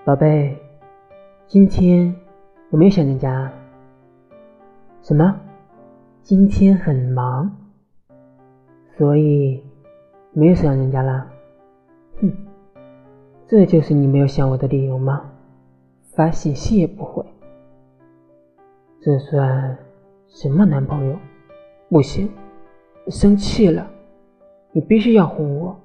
宝贝，今天有没有想人家啊？什么？今天很忙，所以没有想人家啦？哼，这就是你没有想我的理由吗？发信息也不回，这算什么男朋友？不行，生气了，你必须要哄我。